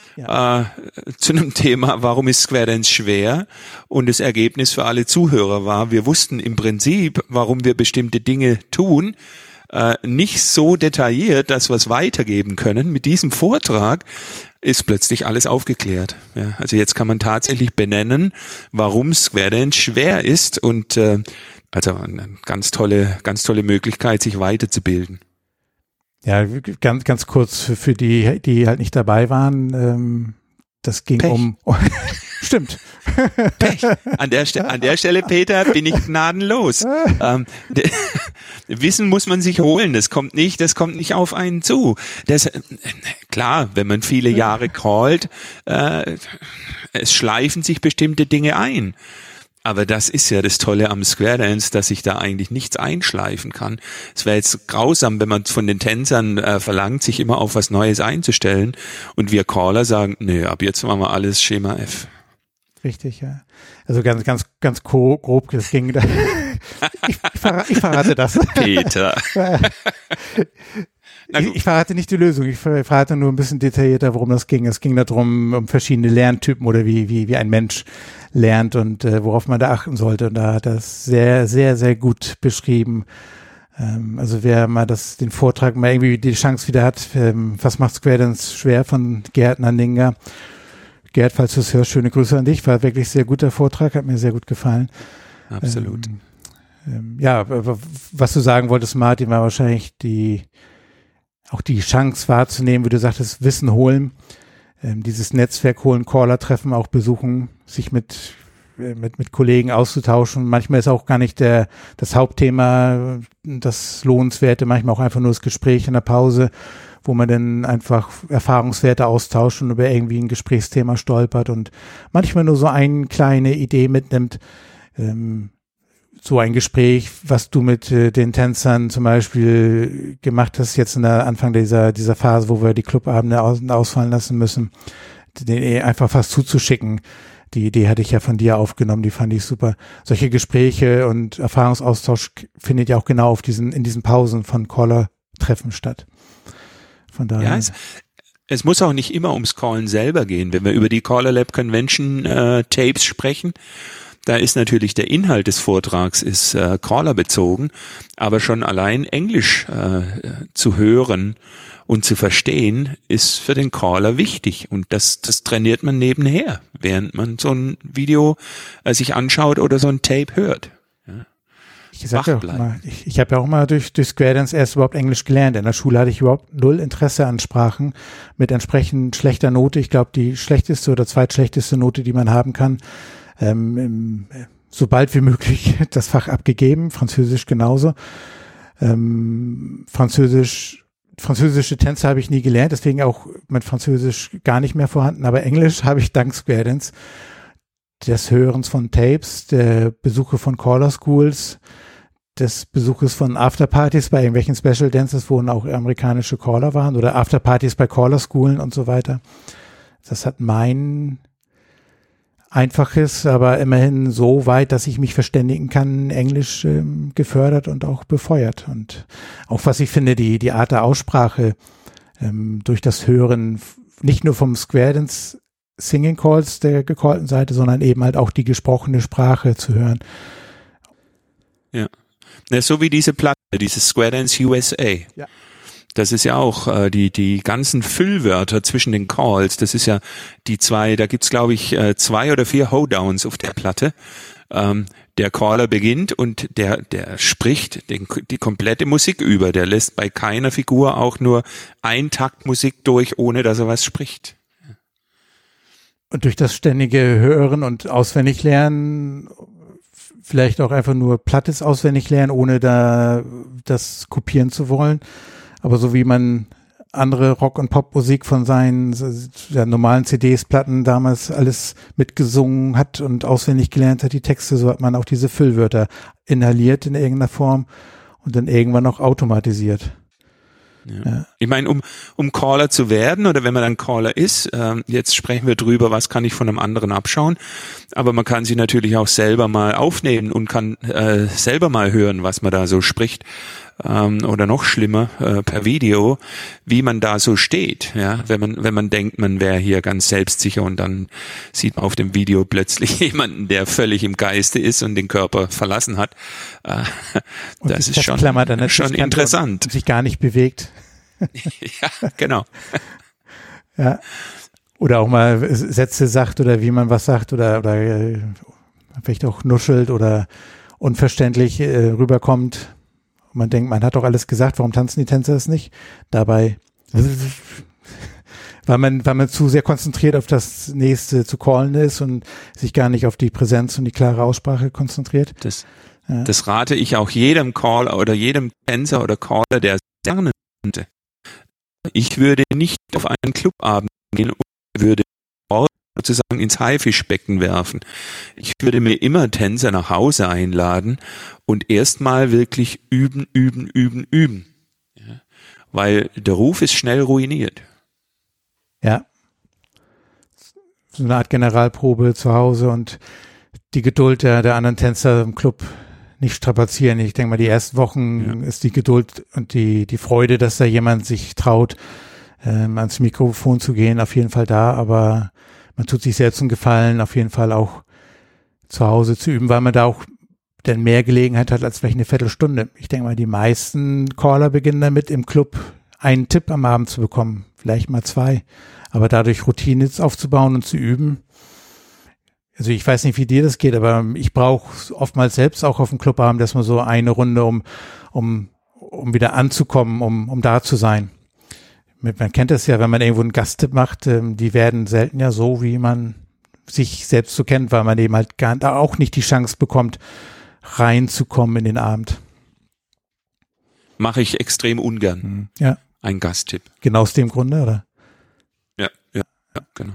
zu einem Thema, warum ist Square Dance schwer? Und das Ergebnis für alle Zuhörer war, wir wussten im Prinzip, warum wir bestimmte Dinge tun, nicht so detailliert, dass wir es weitergeben können. Mit diesem Vortrag ist plötzlich alles aufgeklärt. Ja, also jetzt kann man tatsächlich benennen, warum Square Dance schwer ist und also eine ganz tolle Möglichkeit, sich weiterzubilden. Ja, ganz kurz für die, die halt nicht dabei waren, das ging Pech. Stimmt. Pech. An der Stelle, Peter, bin ich gnadenlos. Wissen muss man sich holen, das kommt nicht auf einen zu. Klar, wenn man viele Jahre callt, es schleifen sich bestimmte Dinge ein. Aber das ist ja das Tolle am Square Dance, dass sich da eigentlich nichts einschleifen kann. Es wäre jetzt grausam, wenn man von den Tänzern verlangt, sich immer auf was Neues einzustellen. Und wir Caller sagen, nö, ab jetzt machen wir alles Schema F. Richtig, ja. Also ganz grob, das ging da. Ich verrate das. Peter. Ich verrate nicht die Lösung, ich verrate nur ein bisschen detaillierter, worum das ging. Es ging darum, um verschiedene Lerntypen oder wie ein Mensch lernt und worauf man da achten sollte. Und da hat er es sehr, sehr, sehr gut beschrieben. Also wer mal den Vortrag mal irgendwie die Chance wieder hat, was macht Square Dance schwer von Gerd Nandinger. Gerd, falls du es hörst, schöne Grüße an dich. War wirklich sehr guter Vortrag, hat mir sehr gut gefallen. Absolut. Ja, was du sagen wolltest, Martin, war wahrscheinlich auch die Chance wahrzunehmen, wie du sagtest, Wissen holen, dieses Netzwerk holen, Caller-Treffen auch besuchen, sich mit Kollegen auszutauschen. Manchmal ist auch gar nicht das Hauptthema das Lohnenswerte, manchmal auch einfach nur das Gespräch in der Pause, wo man dann einfach Erfahrungswerte austauscht und über irgendwie ein Gesprächsthema stolpert und manchmal nur so eine kleine Idee mitnimmt, so ein Gespräch, was du mit den Tänzern zum Beispiel gemacht hast, jetzt in der Anfang dieser Phase, wo wir die Clubabende ausfallen lassen müssen, den einfach fast zuzuschicken. Die Idee hatte ich ja von dir aufgenommen, die fand ich super. Solche Gespräche und Erfahrungsaustausch findet ja auch genau in diesen Pausen von Caller-Treffen statt. Von daher. Ja, es muss auch nicht immer ums Callen selber gehen. Wenn wir über die Caller Lab Convention Tapes sprechen, da ist natürlich der Inhalt des Vortrags ist Caller bezogen, aber schon allein Englisch zu hören und zu verstehen, ist für den Caller wichtig. Und das trainiert man nebenher, während man so ein Video sich anschaut oder so ein Tape hört. Ja. Ich habe ja auch mal durch Square Dance erst überhaupt Englisch gelernt. In der Schule hatte ich überhaupt null Interesse an Sprachen mit entsprechend schlechter Note. Ich glaube, die schlechteste oder zweitschlechteste Note, die man haben kann, so bald wie möglich das Fach abgegeben. Französisch genauso. Französische Tänze habe ich nie gelernt, deswegen auch mein Französisch gar nicht mehr vorhanden, aber Englisch habe ich dank Square Dance, des Hörens von Tapes, der Besuche von Caller Schools, des Besuches von Afterpartys bei irgendwelchen Special Dances, wo auch amerikanische Caller waren oder Afterpartys bei Caller Schoolen und so weiter. Das hat mein einfaches, aber immerhin so weit, dass ich mich verständigen kann, Englisch gefördert und auch befeuert. Und auch was ich finde, die Art der Aussprache durch das Hören, nicht nur vom Square Dance Singing Calls der gecallten Seite, sondern eben halt auch die gesprochene Sprache zu hören. Ja, so wie diese Platte, dieses Square Dance USA. Ja. Das ist ja auch die ganzen Füllwörter zwischen den Calls. Das ist ja da gibt's glaube ich 2 oder 4 Hoedowns auf der Platte. Der Caller beginnt und der spricht die komplette Musik über. Der lässt bei keiner Figur auch nur ein Takt Musik durch, ohne dass er was spricht. Und durch das ständige Hören und Auswendiglernen, vielleicht auch einfach nur Plattes auswendig lernen, ohne das kopieren zu wollen. Aber so wie man andere Rock- und Popmusik von seinen normalen CDs, Platten damals alles mitgesungen hat und auswendig gelernt hat, die Texte, so hat man auch diese Füllwörter inhaliert in irgendeiner Form und dann irgendwann auch automatisiert. Ja. Ich meine, um Caller zu werden oder wenn man dann Caller ist, jetzt sprechen wir drüber, was kann ich von einem anderen abschauen, aber man kann sie natürlich auch selber mal aufnehmen und kann selber mal hören, was man da so spricht. Oder noch schlimmer, per Video, wie man da so steht, ja, wenn man denkt, man wäre hier ganz selbstsicher und dann sieht man auf dem Video plötzlich jemanden, der völlig im Geiste ist und den Körper verlassen hat. Das ist schon interessant. Und sich gar nicht bewegt. Ja, genau. Ja. Oder auch mal Sätze sagt oder wie man was sagt oder vielleicht auch nuschelt oder unverständlich rüberkommt. Und man denkt, man hat doch alles gesagt, warum tanzen die Tänzer es nicht? Dabei, weil man zu sehr konzentriert auf das nächste zu callen ist und sich gar nicht auf die Präsenz und die klare Aussprache konzentriert. Das rate ich auch jedem Caller oder jedem Tänzer oder Caller, der lernen könnte. Ich würde nicht auf einen Clubabend gehen und würde sozusagen ins Haifischbecken werfen. Ich würde mir immer Tänzer nach Hause einladen und erstmal wirklich üben. Ja, weil der Ruf ist schnell ruiniert. Ja. So eine Art Generalprobe zu Hause und die Geduld der anderen Tänzer im Club nicht strapazieren. Ich denke mal, die ersten Wochen ist die Geduld und die Freude, dass da jemand sich traut, ans Mikrofon zu gehen, auf jeden Fall da, aber man tut sich selbst einen Gefallen, auf jeden Fall auch zu Hause zu üben, weil man da auch dann mehr Gelegenheit hat als vielleicht eine Viertelstunde. Ich denke mal, die meisten Caller beginnen damit, im Club einen Tipp am Abend zu bekommen, vielleicht mal 2, aber dadurch Routine aufzubauen und zu üben. Also ich weiß nicht, wie dir das geht, aber ich brauche oftmals selbst auch auf dem Clubabend erstmal so eine Runde, um wieder anzukommen, um da zu sein. Man kennt das ja, wenn man irgendwo einen Gasttipp macht, die werden selten ja so, wie man sich selbst so kennt, weil man eben halt auch nicht die Chance bekommt, reinzukommen in den Abend. Mache ich extrem ungern. Ja. Ein Gasttipp. Genau aus dem Grunde, oder? Ja, genau.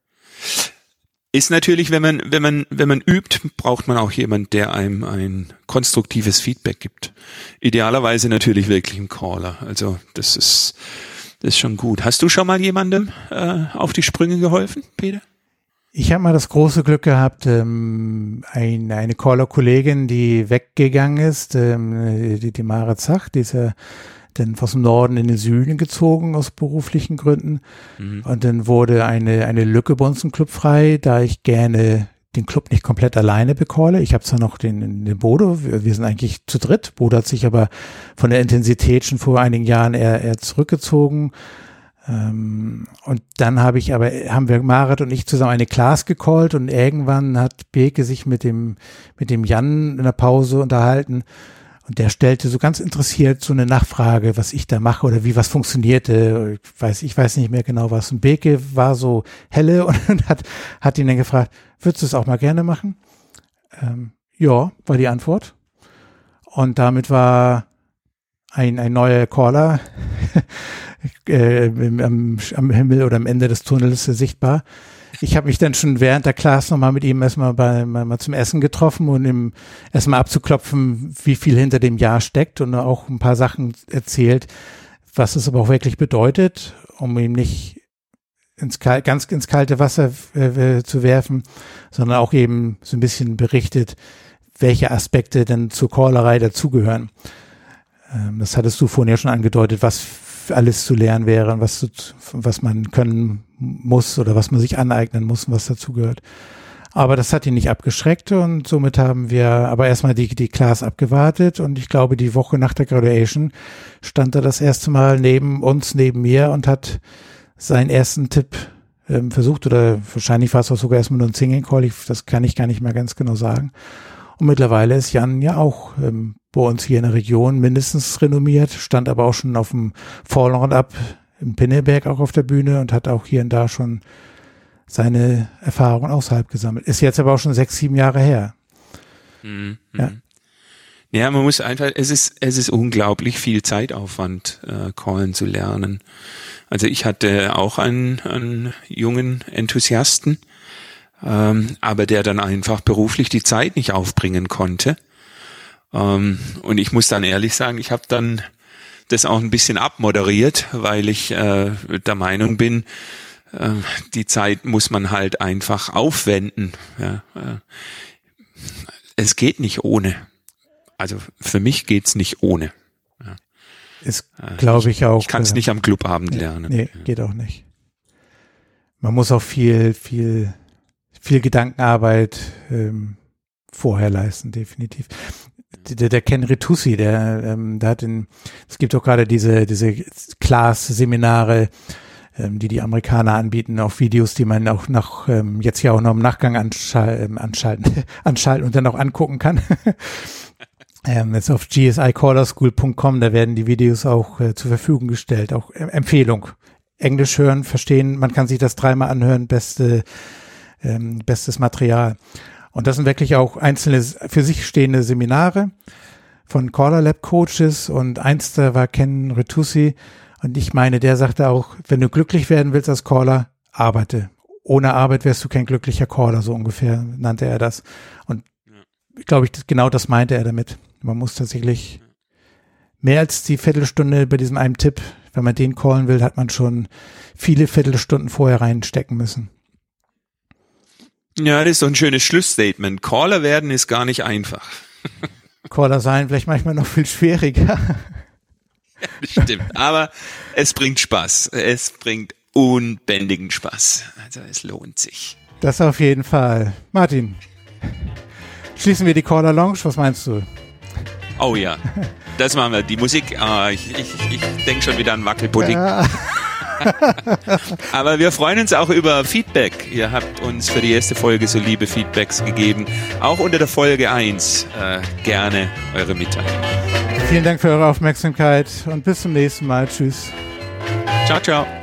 Ist natürlich, wenn man übt, braucht man auch jemand, der einem ein konstruktives Feedback gibt. Idealerweise natürlich wirklich ein Caller. Also das ist schon gut. Hast du schon mal jemandem auf die Sprünge geholfen, Peter? Ich habe mal das große Glück gehabt, eine Caller-Kollegin, die weggegangen ist, die Mara Zach, die ist ja dann aus dem Norden in den Süden gezogen aus beruflichen Gründen. Und dann wurde eine Lücke bei uns im Club frei, da ich gerne den Club nicht komplett alleine becalle. Ich habe zwar noch den Bodo, wir sind eigentlich zu dritt. Bodo hat sich aber von der Intensität schon vor einigen Jahren eher zurückgezogen. Und dann haben wir Marit und ich zusammen eine Class gecallt und irgendwann hat Beke sich mit dem Jan in der Pause unterhalten und der stellte so ganz interessiert so eine Nachfrage, was ich da mache oder wie was funktionierte. Ich weiß nicht mehr genau was. Und Beke war so helle und hat ihn dann gefragt, würdest du es auch mal gerne machen? Ja, war die Antwort. Und damit war ein neuer Caller am Himmel oder am Ende des Tunnels sichtbar. Ich habe mich dann schon während der Class nochmal mit ihm erstmal mal zum Essen getroffen und ihm erstmal abzuklopfen, wie viel hinter dem Jahr steckt und auch ein paar Sachen erzählt, was es aber auch wirklich bedeutet, um ihm nicht ganz ins kalte Wasser zu werfen, sondern auch eben so ein bisschen berichtet, welche Aspekte denn zur Callerei dazugehören. Das hattest du vorhin ja schon angedeutet, was alles zu lernen wäre und was man können muss oder was man sich aneignen muss und was dazugehört. Aber das hat ihn nicht abgeschreckt und somit haben wir aber erstmal die Class abgewartet und ich glaube, die Woche nach der Graduation stand er das erste Mal neben mir und hat seinen ersten Tipp versucht oder wahrscheinlich war es auch sogar erstmal nur ein Singing Call, das kann ich gar nicht mehr ganz genau sagen. Und mittlerweile ist Jan ja auch bei uns hier in der Region mindestens renommiert, stand aber auch schon auf dem Fall Up im Pinneberg auch auf der Bühne und hat auch hier und da schon seine Erfahrungen außerhalb gesammelt. Ist jetzt aber auch schon 6-7 Jahre her. Mhm. Ja, man muss einfach, es ist unglaublich viel Zeitaufwand, callen zu lernen. Also ich hatte auch einen jungen Enthusiasten, aber der dann einfach beruflich die Zeit nicht aufbringen konnte. Und ich muss dann ehrlich sagen, ich habe dann das auch ein bisschen abmoderiert, weil ich der Meinung bin, die Zeit muss man halt einfach aufwenden. Ja, es geht nicht ohne. Also für mich geht's nicht ohne. Ja. Ist, glaube ich, auch. Ich kann es nicht am Clubabend lernen. Nee, geht auch nicht. Man muss auch viel Gedankenarbeit vorher leisten, definitiv. Der Ken Retussi, der hat es gibt auch gerade diese Class-Seminare, die Amerikaner anbieten, auch Videos, die man auch jetzt ja auch noch im Nachgang anschalten und dann auch angucken kann. Jetzt auf gsicallerschool.com, da werden die Videos auch zur Verfügung gestellt, auch Empfehlung. Englisch hören, verstehen, man kann sich das 3-mal anhören, bestes Material. Und das sind wirklich auch einzelne für sich stehende Seminare von Caller Lab Coaches und eins da war Ken Retussi und ich meine, der sagte auch, wenn du glücklich werden willst als Caller, arbeite. Ohne Arbeit wärst du kein glücklicher Caller, so ungefähr nannte er das. Und ich glaube, genau das meinte er damit. Man muss tatsächlich mehr als die Viertelstunde bei diesem einen Tipp, wenn man den callen will, hat man schon viele Viertelstunden vorher reinstecken müssen. Ja, das ist so ein schönes Schlussstatement. Caller werden ist gar nicht einfach. Caller sein vielleicht manchmal noch viel schwieriger. Ja, das stimmt. Aber es bringt Spaß. Es bringt unbändigen Spaß. Also es lohnt sich. Das auf jeden Fall. Martin, schließen wir die Caller Lounge. Was meinst du? Oh ja, das machen wir. Die Musik, ich denke schon wieder an Wackelpudding. Ja. Aber wir freuen uns auch über Feedback. Ihr habt uns für die erste Folge so liebe Feedbacks gegeben. Auch unter der Folge 1 gerne eure Mitteilung. Vielen Dank für eure Aufmerksamkeit und bis zum nächsten Mal. Tschüss. Ciao, ciao.